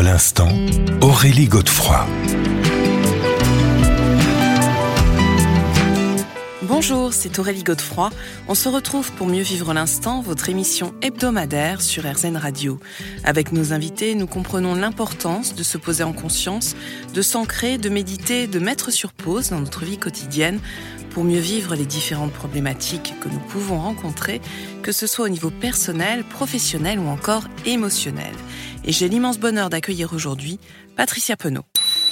l'instant, Aurélie Godefroy. Bonjour, c'est Aurélie Godefroy. On se retrouve pour Mieux vivre l'instant, votre émission hebdomadaire sur RZN Radio. Avec nos invités, nous comprenons l'importance de se poser en conscience, de s'ancrer, de méditer, de mettre sur pause dans notre vie quotidienne pour mieux vivre les différentes problématiques que nous pouvons rencontrer, que ce soit au niveau personnel, professionnel ou encore émotionnel. Et j'ai l'immense bonheur d'accueillir aujourd'hui Patricia Penaud.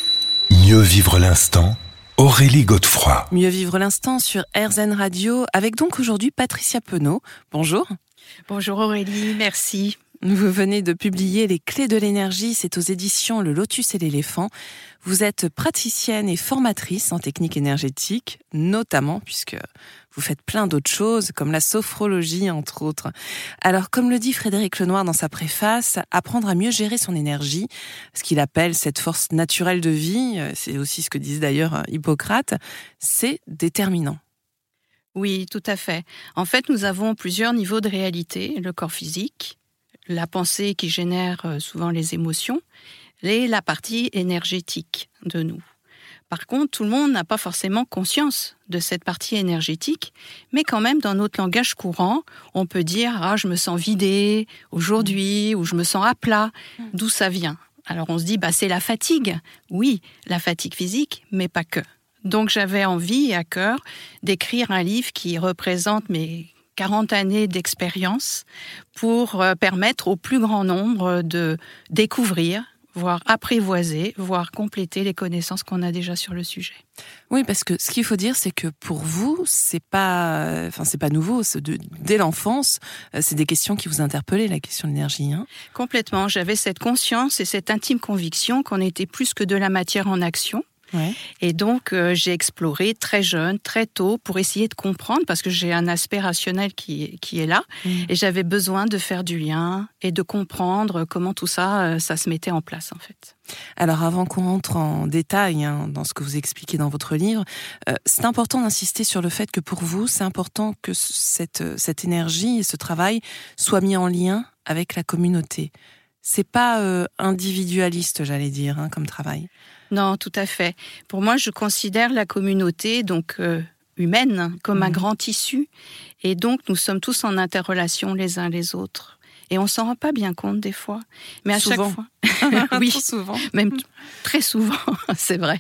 Mieux vivre l'instant, Aurélie Godefroy. Mieux vivre l'instant sur RZN Radio, avec donc aujourd'hui Patricia Penaud. Bonjour. Bonjour Aurélie, merci. Vous venez de publier Les Clés de l'énergie, c'est aux éditions Le Lotus et l'éléphant. Vous êtes praticienne et formatrice en technique énergétique, notamment puisque vous faites plein d'autres choses, comme la sophrologie entre autres. Alors, comme le dit Frédéric Lenoir dans sa préface, apprendre à mieux gérer son énergie, ce qu'il appelle cette force naturelle de vie, c'est aussi ce que disent d'ailleurs Hippocrate, c'est déterminant. Oui, tout à fait. En fait, nous avons plusieurs niveaux de réalité, le corps physique, la pensée qui génère souvent les émotions, et la partie énergétique de nous. Par contre, tout le monde n'a pas forcément conscience de cette partie énergétique, mais quand même, dans notre langage courant, on peut dire « Ah, je me sens vidée aujourd'hui » ou « Je me sens à plat ». D'où ça vient? Alors on se dit « C'est la fatigue ». Oui, la fatigue physique, mais pas que. Donc j'avais envie et à cœur d'écrire un livre qui représente mes 40 années d'expérience pour permettre au plus grand nombre de découvrir, voire apprivoiser, voire compléter les connaissances qu'on a déjà sur le sujet. Oui, parce que ce qu'il faut dire, c'est que pour vous, c'est pas nouveau. Dès l'enfance, c'est des questions qui vous interpellaient, la question de l'énergie. Complètement. J'avais cette conscience et cette intime conviction qu'on était plus que de la matière en action. Ouais. Et donc, j'ai exploré très jeune, très tôt, pour essayer de comprendre, parce que j'ai un aspect rationnel qui est là, et j'avais besoin de faire du lien et de comprendre comment tout ça, ça se mettait en place, en fait. Alors, avant qu'on rentre en détail dans ce que vous expliquez dans votre livre, c'est important d'insister sur le fait que pour vous, c'est important que cette énergie et ce travail soient mis en lien avec la communauté. C'est pas individualiste, j'allais dire, comme travail. Non, tout à fait. Pour moi, je considère la communauté donc humaine comme un grand tissu. Et donc, nous sommes tous en interrelation les uns les autres. Et on s'en rend pas bien compte des fois. Mais à souvent. chaque fois. Oui, trop souvent. Même très souvent, c'est vrai.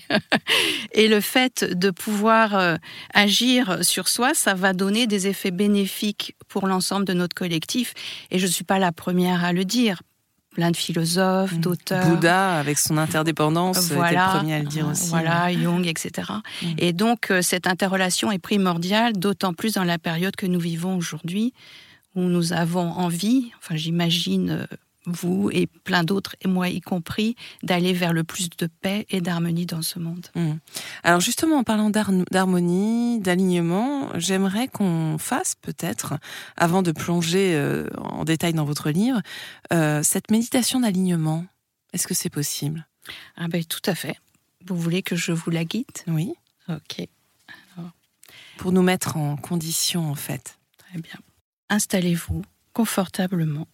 Et le fait de pouvoir agir sur soi, ça va donner des effets bénéfiques pour l'ensemble de notre collectif. Et je ne suis pas la première à le dire. Plein de philosophes, d'auteurs. Bouddha, avec son interdépendance, était le premier à le dire aussi. Voilà, Jung, etc. Et donc, cette interrelation est primordiale, d'autant plus dans la période que nous vivons aujourd'hui, où nous avons envie, enfin j'imagine vous et plein d'autres, et moi y compris, d'aller vers le plus de paix et d'harmonie dans ce monde. Alors justement, en parlant d'harmonie, d'alignement, j'aimerais qu'on fasse peut-être, avant de plonger en détail dans votre livre, cette méditation d'alignement. Est-ce que c'est possible? Tout à fait. Vous voulez que je vous la guide? Oui. Ok. Alors... Pour nous mettre en condition, en fait. Très bien. Installez-vous confortablement.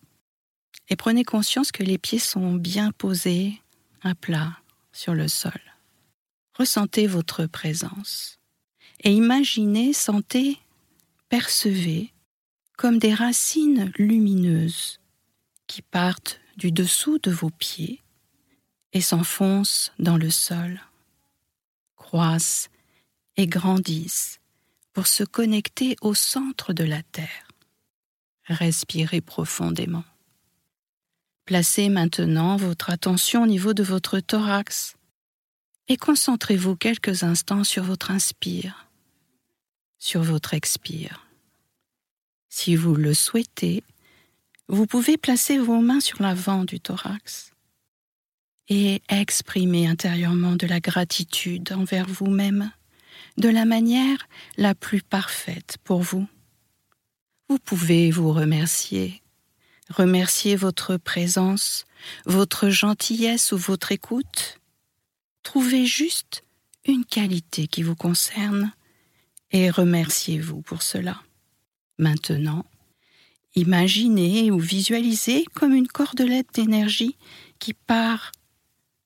Et prenez conscience que les pieds sont bien posés, à plat, sur le sol. Ressentez votre présence. Et imaginez, sentez, percevez comme des racines lumineuses qui partent du dessous de vos pieds et s'enfoncent dans le sol, croissent et grandissent pour se connecter au centre de la terre. Respirez profondément. Placez maintenant votre attention au niveau de votre thorax et concentrez-vous quelques instants sur votre inspire, sur votre expire. Si vous le souhaitez, vous pouvez placer vos mains sur l'avant du thorax et exprimer intérieurement de la gratitude envers vous-même de la manière la plus parfaite pour vous. Vous pouvez vous remercier votre présence, votre gentillesse ou votre écoute. Trouvez juste une qualité qui vous concerne et remerciez-vous pour cela. Maintenant, imaginez ou visualisez comme une cordelette d'énergie qui part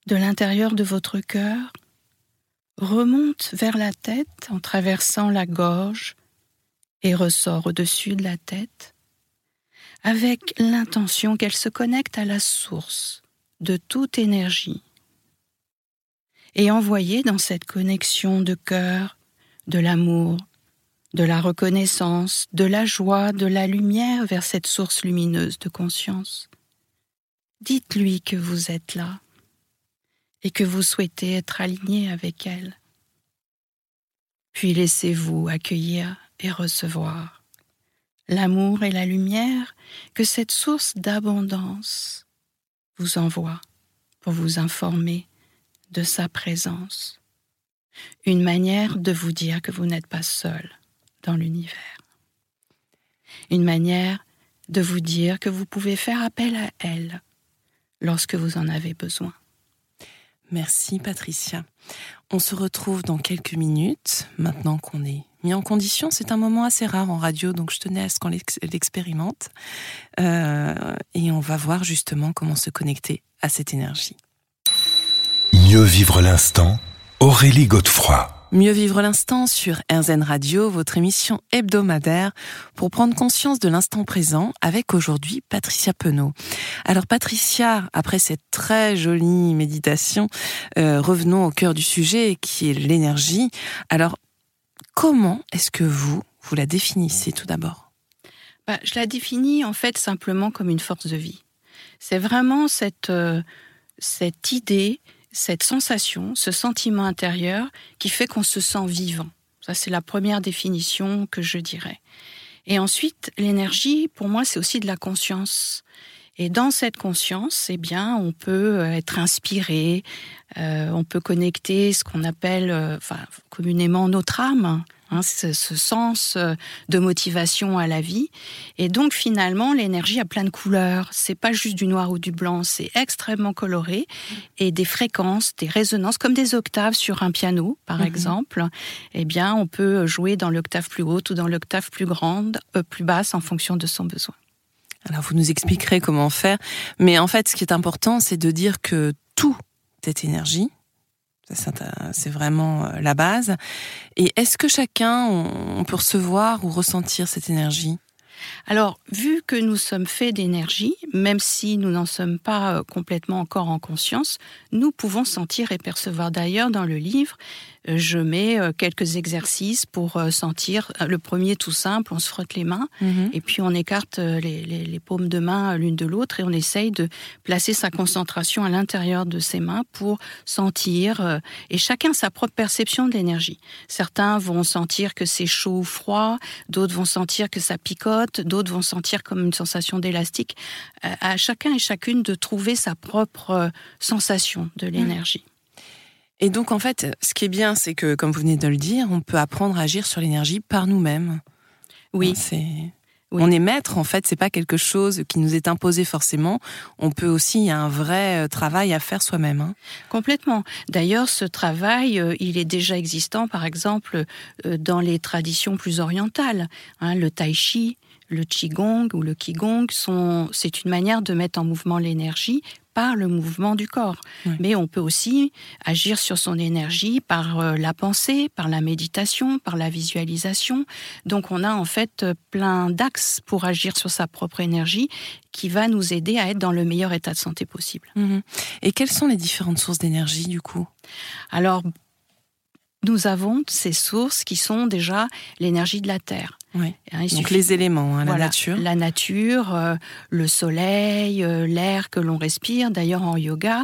de l'intérieur de votre cœur, remonte vers la tête en traversant la gorge et ressort au-dessus de la tête, avec l'intention qu'elle se connecte à la source de toute énergie et envoyer dans cette connexion de cœur, de l'amour, de la reconnaissance, de la joie, de la lumière vers cette source lumineuse de conscience. Dites-lui que vous êtes là et que vous souhaitez être aligné avec elle. Puis laissez-vous accueillir et recevoir l'amour et la lumière que cette source d'abondance vous envoie pour vous informer de sa présence. Une manière de vous dire que vous n'êtes pas seul dans l'univers. Une manière de vous dire que vous pouvez faire appel à elle lorsque vous en avez besoin. Merci Patricia. On se retrouve dans quelques minutes, maintenant qu'on est mis en condition. C'est un moment assez rare en radio, donc je tenais à ce qu'on l'expérimente. Et on va voir justement comment se connecter à cette énergie. Mieux vivre l'instant, Aurélie Godefroy. Mieux vivre l'instant sur RZN Radio, votre émission hebdomadaire pour prendre conscience de l'instant présent avec aujourd'hui Patricia Penaud. Alors Patricia, après cette très jolie méditation, revenons au cœur du sujet qui est l'énergie. Alors comment est-ce que vous la définissez tout d'abord ? Je la définis en fait simplement comme une force de vie. C'est vraiment cette idée, cette sensation, ce sentiment intérieur qui fait qu'on se sent vivant. Ça, c'est la première définition que je dirais. Et ensuite, l'énergie, pour moi, c'est aussi de la conscience. Et dans cette conscience, on peut être inspiré, on peut connecter ce qu'on appelle communément notre âme, ce sens de motivation à la vie. Et donc finalement, l'énergie a plein de couleurs. C'est pas juste du noir ou du blanc, c'est extrêmement coloré. Et des fréquences, des résonances, comme des octaves sur un piano, par exemple. On peut jouer dans l'octave plus haute ou dans l'octave plus grande, plus basse, en fonction de son besoin. Alors vous nous expliquerez comment faire. Mais en fait, ce qui est important, c'est de dire que tout est énergie. C'est vraiment la base. Et est-ce que chacun, on peut recevoir ou ressentir cette énergie ? Alors, vu que nous sommes faits d'énergie, même si nous n'en sommes pas complètement encore en conscience, nous pouvons sentir et percevoir. D'ailleurs, dans le livre, je mets quelques exercices pour sentir. Le premier, tout simple, on se frotte les mains et puis on écarte les paumes de main l'une de l'autre et on essaye de placer sa concentration à l'intérieur de ses mains pour sentir. Et chacun sa propre perception de l'énergie. Certains vont sentir que c'est chaud ou froid, d'autres vont sentir que ça picote, d'autres vont sentir comme une sensation d'élastique. À chacun et chacune de trouver sa propre sensation de l'énergie. Et donc, en fait, ce qui est bien, c'est que, comme vous venez de le dire, on peut apprendre à agir sur l'énergie par nous-mêmes. Oui. Oui. On est maître, en fait, c'est pas quelque chose qui nous est imposé forcément. On peut aussi, il y a un vrai travail à faire soi-même. Complètement. D'ailleurs, ce travail, il est déjà existant, par exemple, dans les traditions plus orientales. Le tai chi, le qigong ou le qigong, c'est une manière de mettre en mouvement l'énergie par le mouvement du corps. Oui. Mais on peut aussi agir sur son énergie par la pensée, par la méditation, par la visualisation. Donc on a en fait plein d'axes pour agir sur sa propre énergie qui va nous aider à être dans le meilleur état de santé possible. Et quelles sont les différentes sources d'énergie du coup ? Alors, nous avons ces sources qui sont déjà l'énergie de la Terre. Oui. Donc les éléments, la nature. La nature, le soleil, l'air que l'on respire. D'ailleurs, en yoga,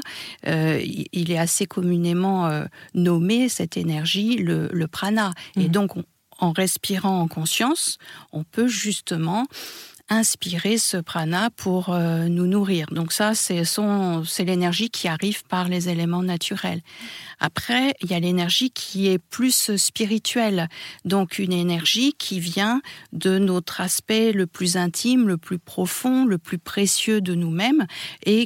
il est assez communément nommé, cette énergie, le prana. Et donc, en respirant en conscience, on peut justement inspirer ce prana pour nous nourrir. Donc ça, c'est l'énergie qui arrive par les éléments naturels. Après, il y a l'énergie qui est plus spirituelle. Donc une énergie qui vient de notre aspect le plus intime, le plus profond, le plus précieux de nous-mêmes et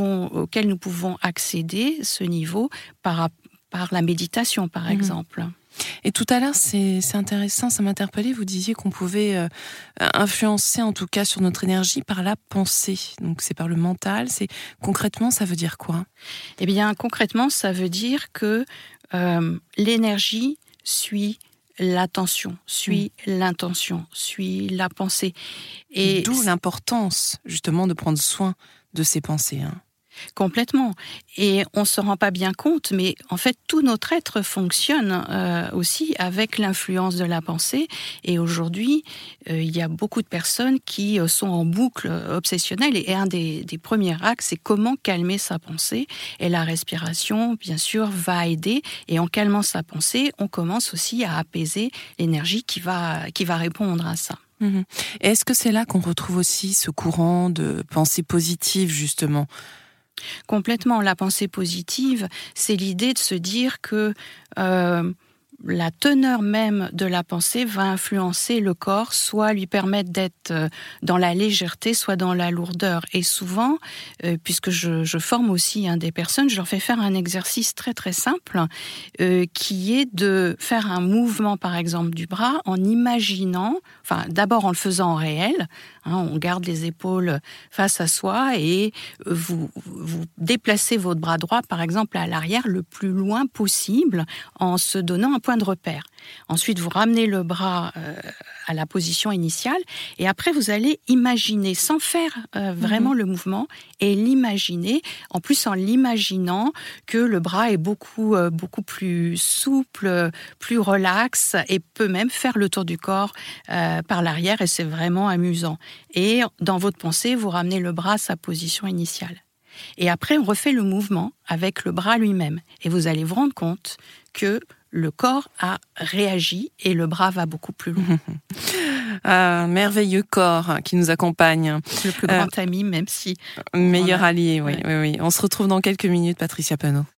auquel nous pouvons accéder, ce niveau, par la méditation, par exemple. Et tout à l'heure, c'est intéressant, ça m'interpellait, vous disiez qu'on pouvait influencer en tout cas sur notre énergie par la pensée. Donc c'est par le mental, concrètement ça veut dire quoi ? Eh bien concrètement ça veut dire que l'énergie suit l'attention, suit l'intention, suit la pensée. Et d'où l'importance justement de prendre soin de ses pensées. Complètement. Et on ne se rend pas bien compte, mais en fait, tout notre être fonctionne aussi avec l'influence de la pensée. Et aujourd'hui, il y a beaucoup de personnes qui sont en boucle obsessionnelle. Et un des premiers axes, c'est comment calmer sa pensée. Et la respiration, bien sûr, va aider. Et en calmant sa pensée, on commence aussi à apaiser l'énergie qui va répondre à ça. Et est-ce que c'est là qu'on retrouve aussi ce courant de pensée positive, justement ? Complètement. La pensée positive, c'est l'idée de se dire que la teneur même de la pensée va influencer le corps, soit lui permettre d'être dans la légèreté, soit dans la lourdeur. Et souvent, puisque je forme aussi des personnes, je leur fais faire un exercice très très simple, qui est de faire un mouvement, par exemple, du bras en imaginant, d'abord en le faisant en réel, on garde les épaules face à soi et vous déplacez votre bras droit, par exemple, à l'arrière le plus loin possible en se donnant un point de repère. Ensuite, vous ramenez le bras à la position initiale et après, vous allez imaginer, sans faire vraiment le mouvement, et l'imaginer, en plus en l'imaginant que le bras est beaucoup plus souple, plus relax et peut même faire le tour du corps par l'arrière et c'est vraiment amusant. Et dans votre pensée, vous ramenez le bras à sa position initiale. Et après, on refait le mouvement avec le bras lui-même. Et vous allez vous rendre compte que le corps a réagi et le bras va beaucoup plus loin. Merveilleux corps qui nous accompagne. Le plus grand ami, même si... Meilleur allié, oui. On se retrouve dans quelques minutes, Patricia Penot.